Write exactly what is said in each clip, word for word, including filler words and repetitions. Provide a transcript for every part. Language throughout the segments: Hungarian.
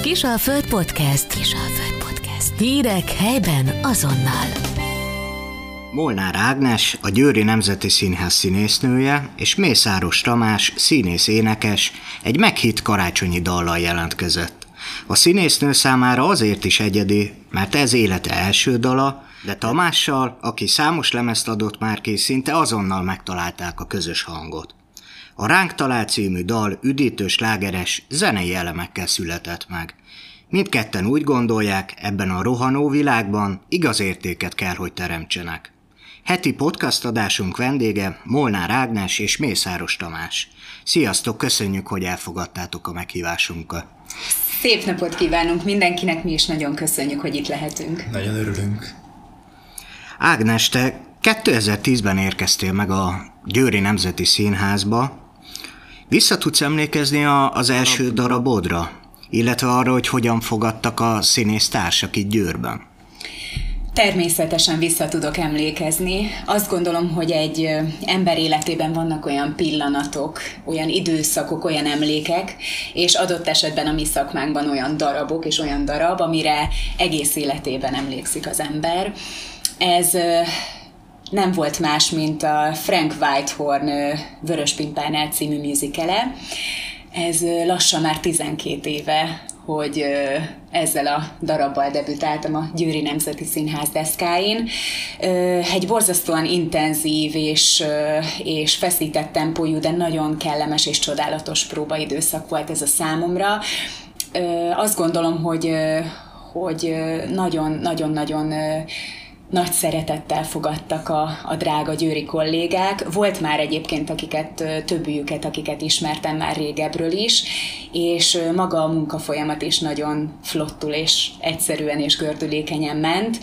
Kisalföld Podcast. Kisalföld Podcast. Hírek helyben azonnal. Molnár Ágnes, a Győri Nemzeti Színház színésznője, és Mészáros Tamás, színész-énekes egy meghitt karácsonyi dallal jelentkezett. A színésznő számára azért is egyedi, mert ez élete első dala, de Tamással, aki számos lemezt adott már ki, szinte azonnal megtalálták a közös hangot. A Ránk talál című dal üdítő slágeres, zenei elemekkel született meg. Mindketten úgy gondolják, ebben a rohanó világban igaz értéket kell, hogy teremtsenek. Heti podcast adásunk vendége Molnár Ágnes és Mészáros Tamás. Sziasztok, köszönjük, hogy elfogadtátok a meghívásunkat. Szép napot kívánunk mindenkinek, mi is nagyon köszönjük, hogy itt lehetünk. Nagyon örülünk. Ágnes, te kétezer-tízben érkeztél meg a Győri Nemzeti Színházba. Vissza tudsz emlékezni a, az első darabodra, illetve arra, hogy hogyan fogadtak a színésztársak itt Győrben? Természetesen vissza tudok emlékezni. Azt gondolom, hogy egy ember életében vannak olyan pillanatok, olyan időszakok, olyan emlékek, és adott esetben a mi szakmánkban olyan darabok és olyan darab, amire egész életében emlékszik az ember. Ez nem volt más, mint a Frank Whitehorn Vörös Pimpánál című musicale. Ez lassan már tizenkét éve, hogy ezzel a darabbal debütáltam a Győri Nemzeti Színház deszkáin. Egy borzasztóan intenzív és, és feszített tempójú, de nagyon kellemes és csodálatos próbaidőszak volt ez a számomra. Azt gondolom, hogy hogy nagyon-nagyon-nagyon nagy szeretettel fogadtak a, a drága győri kollégák. Volt már egyébként akiket, többjüket, akiket ismertem már régebről is, és maga a munkafolyamat is nagyon flottul és egyszerűen és gördülékenyen ment.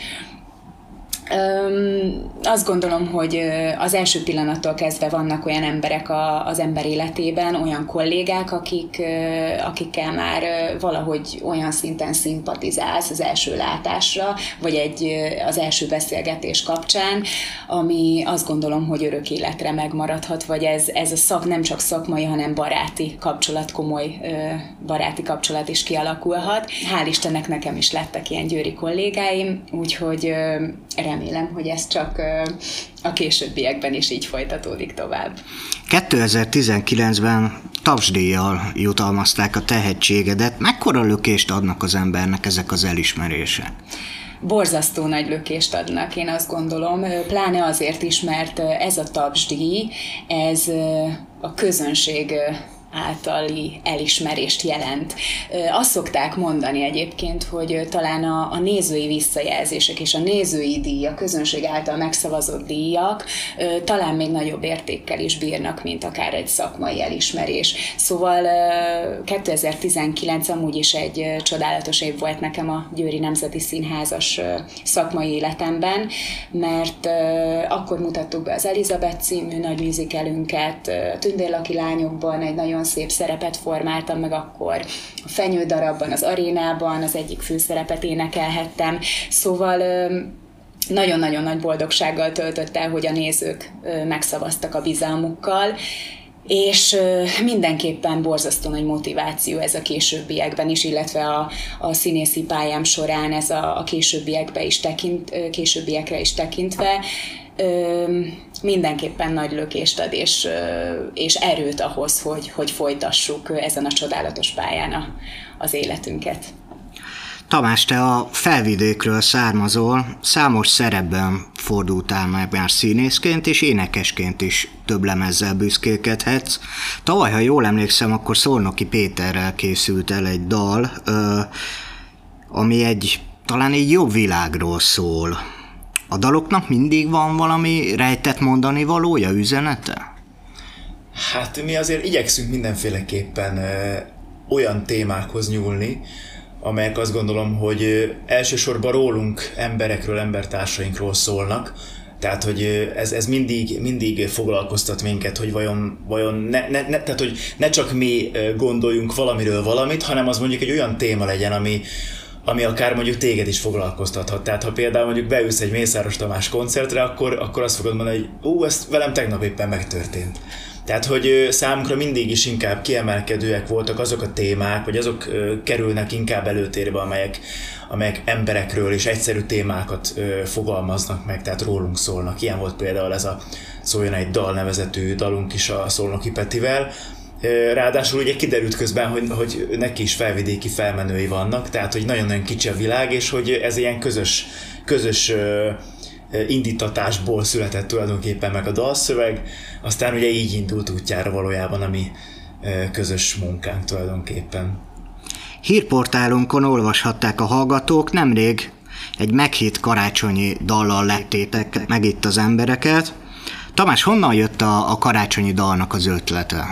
Öm, azt gondolom, hogy az első pillanattól kezdve vannak olyan emberek a, az ember életében, olyan kollégák, akik, akikkel már valahogy olyan szinten szimpatizálsz az első látásra, vagy egy, az első beszélgetés kapcsán, ami azt gondolom, hogy örök életre megmaradhat, vagy ez, ez a szak nem csak szakmai, hanem baráti kapcsolat, komoly baráti kapcsolat is kialakulhat. Hál' Istennek nekem is lettek ilyen győri kollégáim, úgyhogy remélem, hogy ez csak a későbbiekben is így folytatódik tovább. kétezer-tizenkilencben Taps-díjjal jutalmazták a tehetségedet. Mekkora lökést adnak az embernek ezek az elismerések? Borzasztó nagy lökést adnak, én azt gondolom, pláne azért is, mert ez a Taps-díj, ez a közönség általi elismerést jelent. Azt szokták mondani egyébként, hogy talán a, a nézői visszajelzések és a nézői díj, a közönség által megszavazott díjak talán még nagyobb értékkel is bírnak, mint akár egy szakmai elismerés. Szóval kétezer-tizenkilenc amúgy is egy csodálatos év volt nekem a Győri Nemzeti Színházas szakmai életemben, mert akkor mutattuk be az Elizabeth című nagy musicalünket, a Tündérlaki lányokban egy nagyon szép szerepet formáltam meg akkor, a Fenyő darabban, az Arénában az egyik főszerepet énekelhettem, szóval nagyon-nagyon nagy boldogsággal töltött el, hogy a nézők megszavaztak a bizalmukkal, és mindenképpen borzasztó nagy motiváció ez a későbbiekben is, illetve a, a színészi pályám során ez a, a későbbiekbe is tekint, későbbiekre is tekintve, Ö, mindenképpen nagy lökést ad, és, és erőt ahhoz, hogy, hogy folytassuk ezen a csodálatos pályán a, az életünket. Tamás, te a Felvidékről származol, számos szerepben fordultál meg már színészként, és énekesként is több lemezzel büszkélkedhetsz. Tavaly, ha jól emlékszem, akkor Szolnoki Péterrel készült el egy dal, ö, ami egy, talán egy jobb világról szól. A daloknak mindig van valami rejtett mondani valója, üzenete? Hát mi azért igyekszünk mindenféleképpen ö, olyan témákhoz nyúlni, amelyek azt gondolom, hogy ö, elsősorban rólunk, emberekről, embertársainkról szólnak. Tehát, hogy ez, ez mindig, mindig foglalkoztat minket, hogy vajon, vajon ne, ne, ne, tehát, hogy ne csak mi gondoljunk valamiről valamit, hanem az mondjuk egy olyan téma legyen, ami, ami akár mondjuk téged is foglalkoztathat. Tehát ha például mondjuk beülsz egy Mészáros Tamás koncertre, akkor, akkor azt fogod mondani, hogy ú, ez velem tegnap éppen megtörtént. Tehát, hogy számunkra mindig is inkább kiemelkedőek voltak azok a témák, vagy azok kerülnek inkább előtérbe, amelyek, amelyek emberekről és egyszerű témákat fogalmaznak meg, tehát rólunk szólnak. Ilyen volt például ez a Szóljon egy dal nevezetű dalunk is a Szolnoki Petivel. Ráadásul ugye kiderült közben, hogy, hogy neki is felvidéki felmenői vannak, tehát hogy nagyon-nagyon kicsi a világ, és hogy ez ilyen közös, közös indítatásból született tulajdonképpen meg a dalszöveg, aztán ugye így indult útjára valójában a mi közös munkánk tulajdonképpen. Hírportálunkon olvashatták a hallgatók, nemrég egy meghitt karácsonyi dallal lettétek meg itt az embereket. Tamás, honnan jött a, a karácsonyi dalnak az ötlete?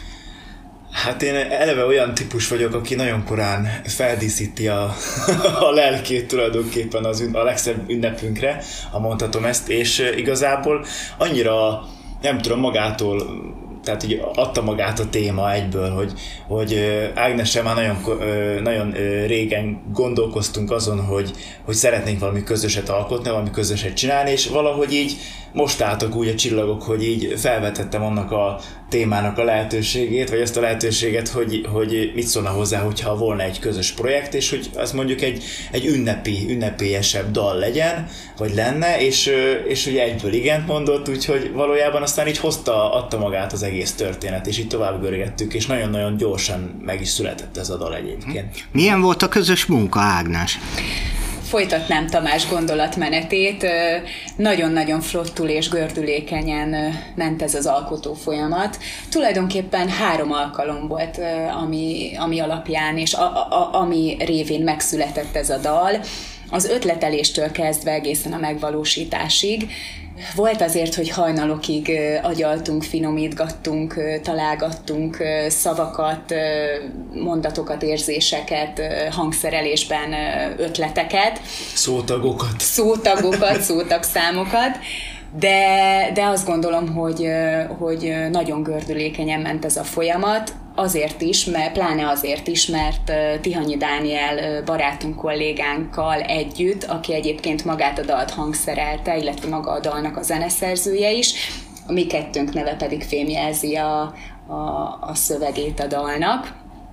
Hát én eleve olyan típus vagyok, aki nagyon korán feldíszíti a, a lelkét tulajdonképpen az, a legszebb ünnepünkre, ha mondhatom ezt, és igazából annyira, nem tudom, magától, tehát így adta magát a téma egyből, hogy, hogy Ágnessel már nagyon, nagyon régen gondolkoztunk azon, hogy, hogy szeretnénk valami közöset alkotni, valami közöset csinálni, és valahogy így most álltak úgy a csillagok, hogy így felvetettem annak a témának a lehetőségét, vagy azt a lehetőséget, hogy, hogy mit szólna hozzá, hogyha volna egy közös projekt, és hogy az mondjuk egy, egy ünnepi, ünnepélyesebb dal legyen, vagy lenne, és, és ugye egyből igent mondott, úgyhogy valójában aztán így hozta, adta magát az egész történet, és így tovább görgettük, és nagyon-nagyon gyorsan meg is született ez a dal egyébként. Milyen volt a közös munka, Ágnes? Folytatnám Tamás gondolatmenetét. Nagyon-nagyon flottul és gördülékenyen ment ez az alkotó folyamat. Tulajdonképpen három alkalom volt, ami, ami alapján és a, a, ami révén megszületett ez a dal. Az ötleteléstől kezdve egészen a megvalósításig. Volt azért, hogy hajnalokig agyaltunk, finomítgattunk, találgattunk szavakat, mondatokat, érzéseket, hangszerelésben ötleteket. Szótagokat. Szótagokat, szótagszámokat. De, de azt gondolom, hogy, hogy nagyon gördülékenyen ment ez a folyamat, azért is, mert, pláne azért is, mert Tihanyi Dániel barátunk, kollégánkkal együtt, aki egyébként magát a dalt hangszerelte, illetve maga a dalnak a zeneszerzője is, a mi kettőnk neve pedig fémjelzi a, a, a szövegét a dalnak.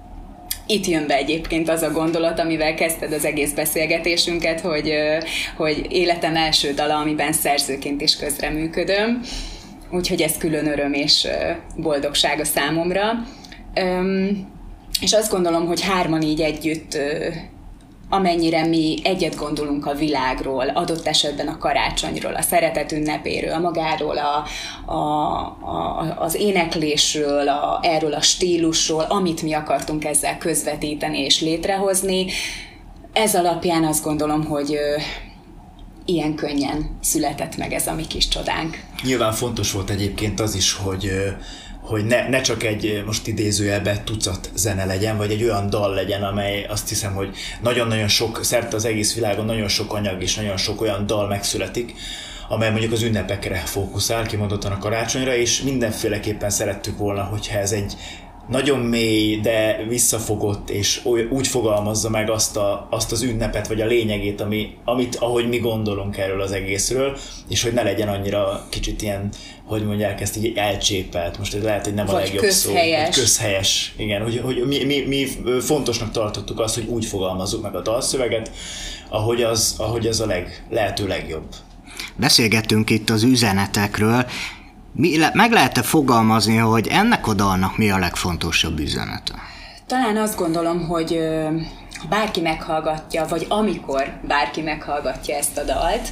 Itt jön be egyébként az a gondolat, amivel kezdted az egész beszélgetésünket, hogy, hogy életem első dala, amiben szerzőként is közreműködöm, úgyhogy ez külön öröm és boldogság a számomra. És azt gondolom, hogy hárman így együtt, amennyire mi egyet gondolunk a világról, adott esetben a karácsonyról, a szeretet ünnepéről, a magáról, a, a, a, az éneklésről, a, erről a stílusról, amit mi akartunk ezzel közvetíteni és létrehozni, ez alapján azt gondolom, hogy ilyen könnyen született meg ez a mi kis csodánk. Nyilván fontos volt egyébként az is, hogy hogy ne, ne csak egy, most idézőjelben tucat zene legyen, vagy egy olyan dal legyen, amely azt hiszem, hogy nagyon-nagyon sok, szerte az egész világon nagyon sok anyag és nagyon sok olyan dal megszületik, amely mondjuk az ünnepekre fókuszál, kimondottan a karácsonyra, és mindenféleképpen szerettük volna, hogyha ez egy nagyon mély, de visszafogott, és úgy fogalmazza meg azt, a, azt az ünnepet, vagy a lényegét, ami, amit, ahogy mi gondolunk erről az egészről, és hogy ne legyen annyira kicsit ilyen, hogy mondják ezt így elcsépelt. Most ez lehet, hogy nem vagy a legjobb közhelyes. szó. Közhelyes. Igen, hogy, hogy mi, mi, mi fontosnak tartottuk azt, hogy úgy fogalmazzuk meg a dalszöveget, ahogy, az, ahogy ez a leg, lehető legjobb. Beszélgettünk itt az üzenetekről. Mi, meg lehet-e fogalmazni, hogy ennek a dalnak mi a legfontosabb üzenete? Talán azt gondolom, hogy ha bárki meghallgatja, vagy amikor bárki meghallgatja ezt a dalt,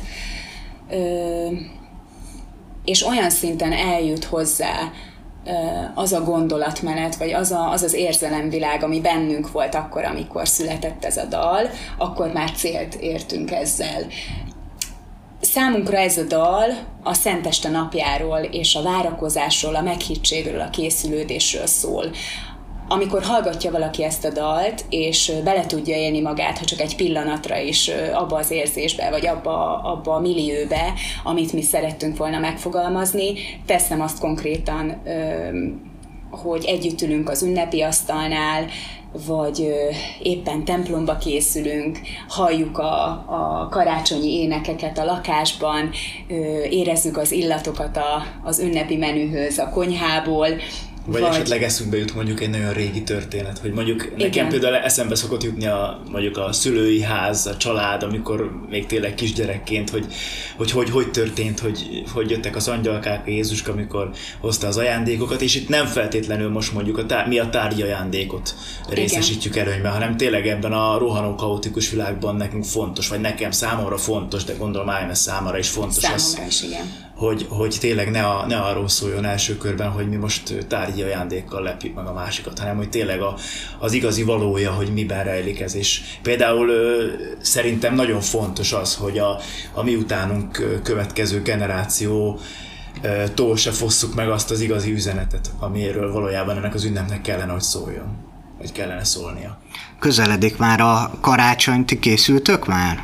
és olyan szinten eljut hozzá az a gondolatmenet, vagy az, a, az az érzelemvilág, ami bennünk volt akkor, amikor született ez a dal, akkor már célt értünk ezzel. Számunkra ez a dal a Szenteste napjáról és a várakozásról, a meghittségről, a készülődésről szól. Amikor hallgatja valaki ezt a dalt, és bele tudja élni magát, ha csak egy pillanatra is abba az érzésbe, vagy abba, abba a millióbe, amit mi szerettünk volna megfogalmazni, teszem azt konkrétan, hogy együtt ülünk az ünnepi asztalnál, vagy éppen templomba készülünk, halljuk a, a karácsonyi énekeket a lakásban, érezzük az illatokat a, az ünnepi menühöz a konyhából, Vagy, vagy esetleg eszünkbe jut mondjuk egy nagyon régi történet, hogy mondjuk nekem igen. például eszembe szokott jutni a, mondjuk a szülői ház, a család, amikor még tényleg kisgyerekként, hogy hogy, hogy, hogy történt, hogy, hogy jöttek az angyalkák, a Jézuska, amikor hozta az ajándékokat, és itt nem feltétlenül most mondjuk a tár, mi a tárgyi ajándékot részesítjük előnyben, hanem tényleg ebben a rohanó, kaotikus világban nekünk fontos, vagy nekem számomra fontos, de gondolom Ágnes számára is fontos számomra az, is, igen. Hogy, hogy tényleg ne, a, ne arról szóljon első körben, hogy mi most tárgyi ajándékkal lepjük meg a másikat, hanem hogy tényleg a, az igazi valója, hogy miben rejlik ez. És például ö, szerintem nagyon fontos az, hogy a, a mi utánunk következő generáció ö, tól se fosszuk meg azt az igazi üzenetet, amiről valójában ennek az ünnepnek kellene, hogy szóljon, vagy kellene szólnia. Közeledik már a karácsony, ti készültök már?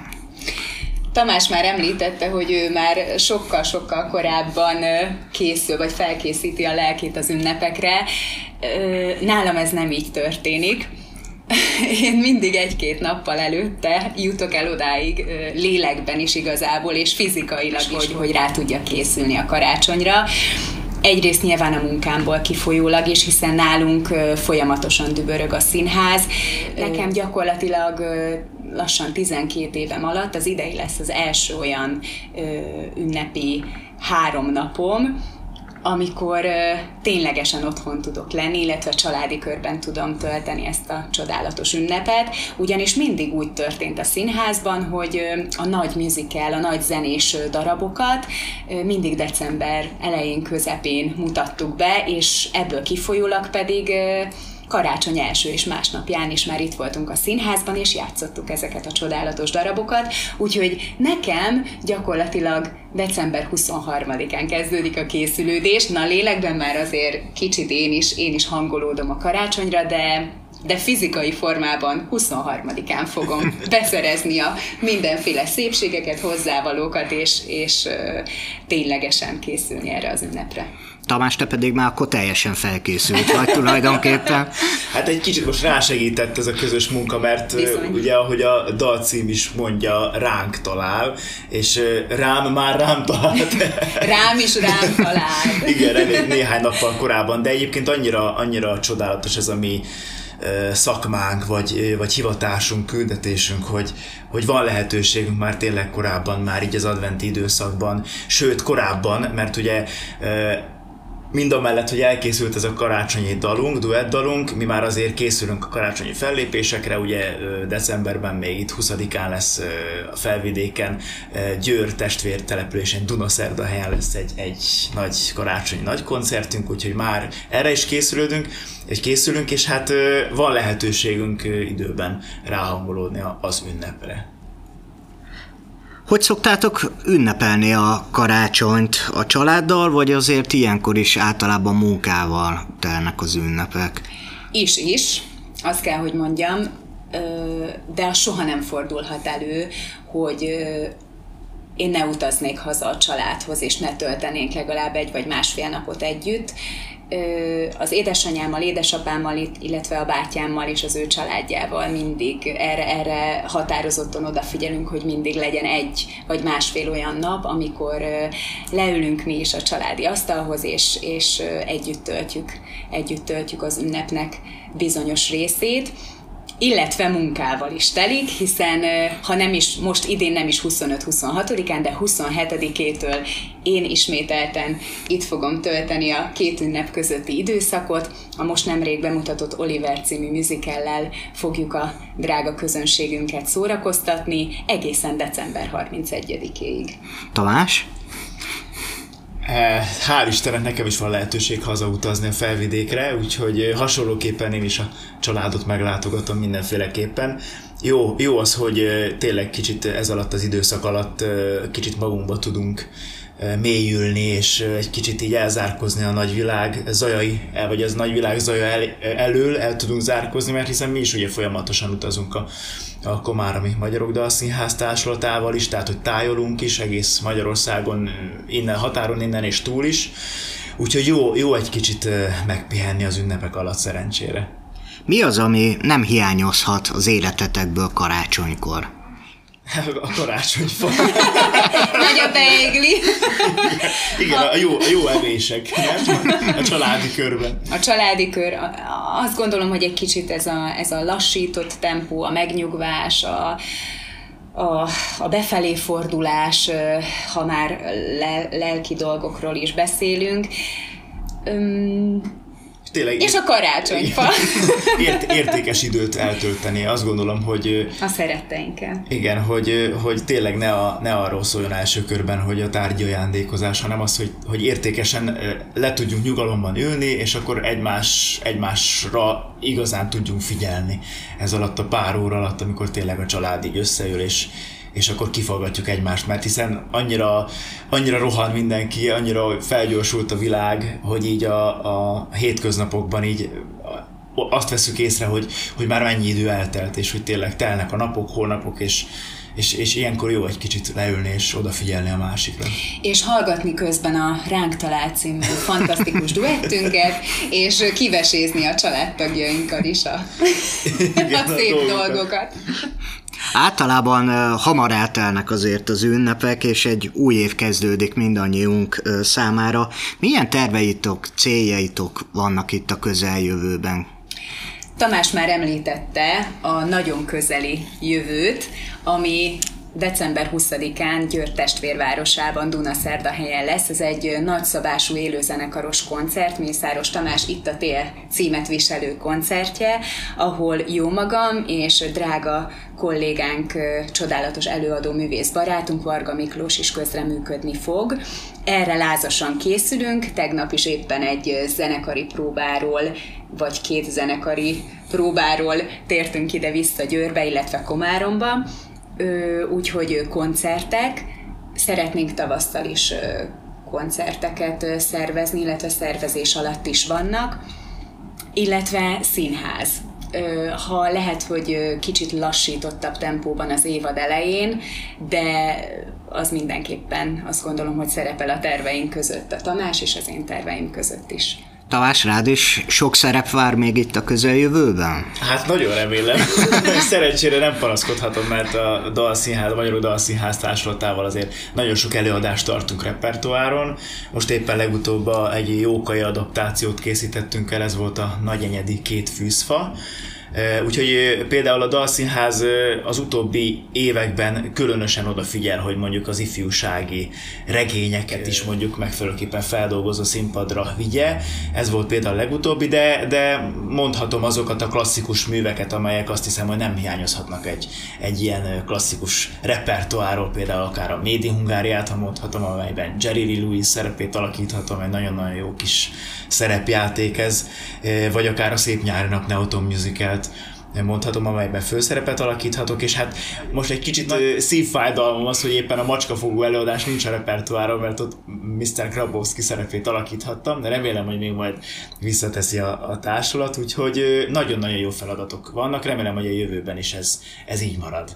Tamás már említette, hogy ő már sokkal-sokkal korábban készül, vagy felkészíti a lelkét az ünnepekre. Nálam ez nem így történik. Én mindig egy-két nappal előtte jutok el odáig, lélekben is igazából, és fizikailag is, hogy, hogy rá tudja készülni a karácsonyra. Egyrészt nyilván a munkámból kifolyólag is, hiszen nálunk folyamatosan dübörög a színház. Nekem gyakorlatilag lassan tizenkét évem alatt az idei lesz az első olyan ünnepi három napom, amikor ténylegesen otthon tudok lenni, illetve családi körben tudom tölteni ezt a csodálatos ünnepet, ugyanis mindig úgy történt a színházban, hogy a nagy musical, a nagy zenés darabokat mindig december elején, közepén mutattuk be, és ebből kifolyólag pedig karácsony első és másnapján is már itt voltunk a színházban, és játszottuk ezeket a csodálatos darabokat, úgyhogy nekem gyakorlatilag december huszonharmadikán kezdődik a készülődés, na lélekben már azért kicsit én is, én is hangolódom a karácsonyra, de de fizikai formában huszonharmadikán fogom beszerezni a mindenféle szépségeket, hozzávalókat, és, és uh, ténylegesen készülni erre az ünnepre. Tamás, te pedig már akkor teljesen felkészült vagy tulajdonképpen. Hát egy kicsit most rásegített ez a közös munka, mert Bizony. Ugye, ahogy a dalcím is mondja, ránk talál, és rám már rám talált. Rám is rám talál. Igen, elég néhány nappal korábban, de egyébként annyira, annyira csodálatos ez a mi szakmánk, vagy, vagy hivatásunk, küldetésünk, hogy, hogy van lehetőségünk már tényleg korábban, már így az adventi időszakban, sőt korábban, mert ugye mindamellett, hogy elkészült ez a karácsonyi dalunk, duettdalunk, mi már azért készülünk a karácsonyi fellépésekre, ugye decemberben még itt huszadikán lesz a Felvidéken, Győr testvértelepülésen, Dunaszerdahelyen lesz egy, egy nagy karácsonyi nagy koncertünk, úgyhogy már erre is készülődünk, és készülünk, és hát van lehetőségünk időben ráhangolódni az ünnepre. Hogy szoktátok ünnepelni a karácsonyt a családdal, vagy azért ilyenkor is általában munkával telnek az ünnepek? Is-is, azt kell, hogy mondjam, de az soha nem fordulhat elő, hogy én ne utaznék haza a családhoz, és ne töltenénk legalább egy vagy másfél napot együtt. Az édesanyámmal, édesapámmal, illetve a bátyámmal és az ő családjával mindig erre, erre határozottan odafigyelünk, hogy mindig legyen egy vagy másfél olyan nap, amikor leülünk mi is a családi asztalhoz, és, és együtt töltjük, együtt töltjük az ünnepnek bizonyos részét, illetve munkával is telik, hiszen ha nem is, most idén nem is huszonöt-huszonhatodikán, de huszonhetedikétől én ismételten itt fogom tölteni a két ünnep közötti időszakot. A most nemrég bemutatott Oliver című musicallel fogjuk a drága közönségünket szórakoztatni egészen december harmincegyedikéig. Tamás? Hál' Istennek nekem is van lehetőség hazautazni a Felvidékre, úgyhogy hasonlóképpen én is a családot meglátogatom mindenféleképpen. Jó, jó az, hogy tényleg kicsit ez alatt az időszak alatt kicsit magunkba tudunk mélyülni, és egy kicsit így elzárkozni a nagyvilág zajai, vagy az nagyvilág zaja el, elől el tudunk zárkozni, mert hiszen mi is ugye folyamatosan utazunk a, a Komáromi Magyarok Dalszínház társulatával is, tehát hogy tájolunk is egész Magyarországon, innen, határon innen és túl is, úgyhogy jó, jó egy kicsit megpihenni az ünnepek alatt szerencsére. Mi az, ami nem hiányozhat az életetekből karácsonykor? A karácsonyfa. Nagy a beigli. Igen, a jó, a jó evések, nem? A családi körben. A családi kör, azt gondolom, hogy egy kicsit ez a, ez a lassított tempó, a megnyugvás, a, a, a befelé fordulás, ha már le, lelki dolgokról is beszélünk. Üm, Tényleg, és a karácsonyfa. Ért, értékes időt eltölteni, azt gondolom, hogy... A szeretteinkkel. Igen, hogy, hogy tényleg ne, a, ne arról szóljon első körben, hogy a tárgyi ajándékozás, hanem az, hogy, hogy értékesen le tudjunk nyugalomban ülni, és akkor egymás, egymásra igazán tudjunk figyelni ez alatt a pár óra alatt, amikor tényleg a család így összeül, és és akkor kifaggatjuk egymást, mert hiszen annyira, annyira rohan mindenki, annyira felgyorsult a világ, hogy így a, a hétköznapokban így azt veszük észre, hogy, hogy már mennyi idő eltelt, és hogy tényleg telnek a napok, hónapok, és, és, és ilyenkor jó egy kicsit leülni és odafigyelni a másikra. És hallgatni közben a Ránk talált című fantasztikus duettünket, és kivesézni a családtagjainkkal is a, igen, a szép a dolgokat. dolgokat. Általában uh, hamar eltelnek azért az ünnepek, és egy új év kezdődik mindannyiunk uh, számára. Milyen terveitok, céljaitok vannak itt a közeljövőben? Tamás már említette a nagyon közeli jövőt, ami december huszadikán Győr testvérvárosában, Dunaszerdahelyen lesz. Ez egy nagyszabású élőzenekaros koncert, Mészáros Tamás Itt a tél címet viselő koncertje, ahol jó magam és drága kollégánk, csodálatos előadó művész barátunk, Varga Miklós is közreműködni fog. Erre lázasan készülünk, tegnap is éppen egy zenekari próbáról, vagy két zenekari próbáról tértünk ide-vissza Győrbe, illetve Komáromba. Úgyhogy koncertek, szeretnénk tavasszal is koncerteket szervezni, illetve szervezés alatt is vannak, illetve színház. Ha lehet, hogy kicsit lassítottabb tempóban az évad elején, de az mindenképpen azt gondolom, hogy szerepel a terveink között, a Tamás és az én terveim között is. Tamás, rád is sok szerep vár még itt a közeljövőben? Hát nagyon remélem. Szerencsére nem panaszkodhatom, mert a Dalszínház, a Magyarul Dalszínház társulatával azért nagyon sok előadást tartunk repertoáron. Most éppen legutóbb egy jókai adaptációt készítettünk el, ez volt a Nagyenyedi Két fűzfa. Úgyhogy például a Dalszínház az utóbbi években különösen odafigyel, hogy mondjuk az ifjúsági regényeket is mondjuk megfelelőképpen feldolgozó színpadra vigye. Ez volt például a legutóbbi, de, de mondhatom azokat a klasszikus műveket, amelyek azt hiszem, hogy nem hiányozhatnak egy, egy ilyen klasszikus repertoárról, például akár a Made in Hungáriát, ha mondhatom, amelyben Jerry Lee Lewis szerepét alakíthatom, egy nagyon-nagyon jó kis szerepjáték ez, vagy akár a Szép nyári nap Neoton musical mondhatom, amelyben főszerepet alakíthatok, és hát most egy kicsit szívfájdalmam az, hogy éppen a macskafogó előadás nincs a repertoáron, mert ott miszter Grabowski szerepét alakíthattam, de remélem, hogy még majd visszateszi a, a társulat, úgyhogy nagyon-nagyon jó feladatok vannak, remélem, hogy a jövőben is ez, ez így marad.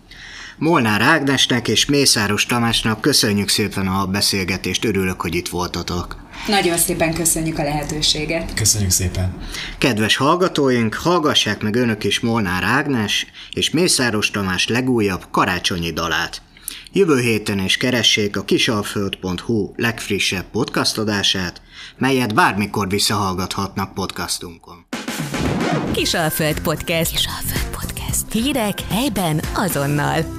Molnár Ágnesnek és Mészáros Tamásnak köszönjük szépen a beszélgetést, örülök, hogy itt voltatok. Nagyon szépen köszönjük a lehetőséget. Köszönjük szépen. Kedves hallgatóink, hallgassák meg önök is Molnár Ágnes és Mészáros Tamás legújabb karácsonyi dalát. Jövő héten is keressék a kisalföld pont hu legfrissebb podcast adását, melyet bármikor visszahallgathatnak podcastunkon. Kisalföld Podcast. Kisalföld Podcast. Hírek helyben azonnal.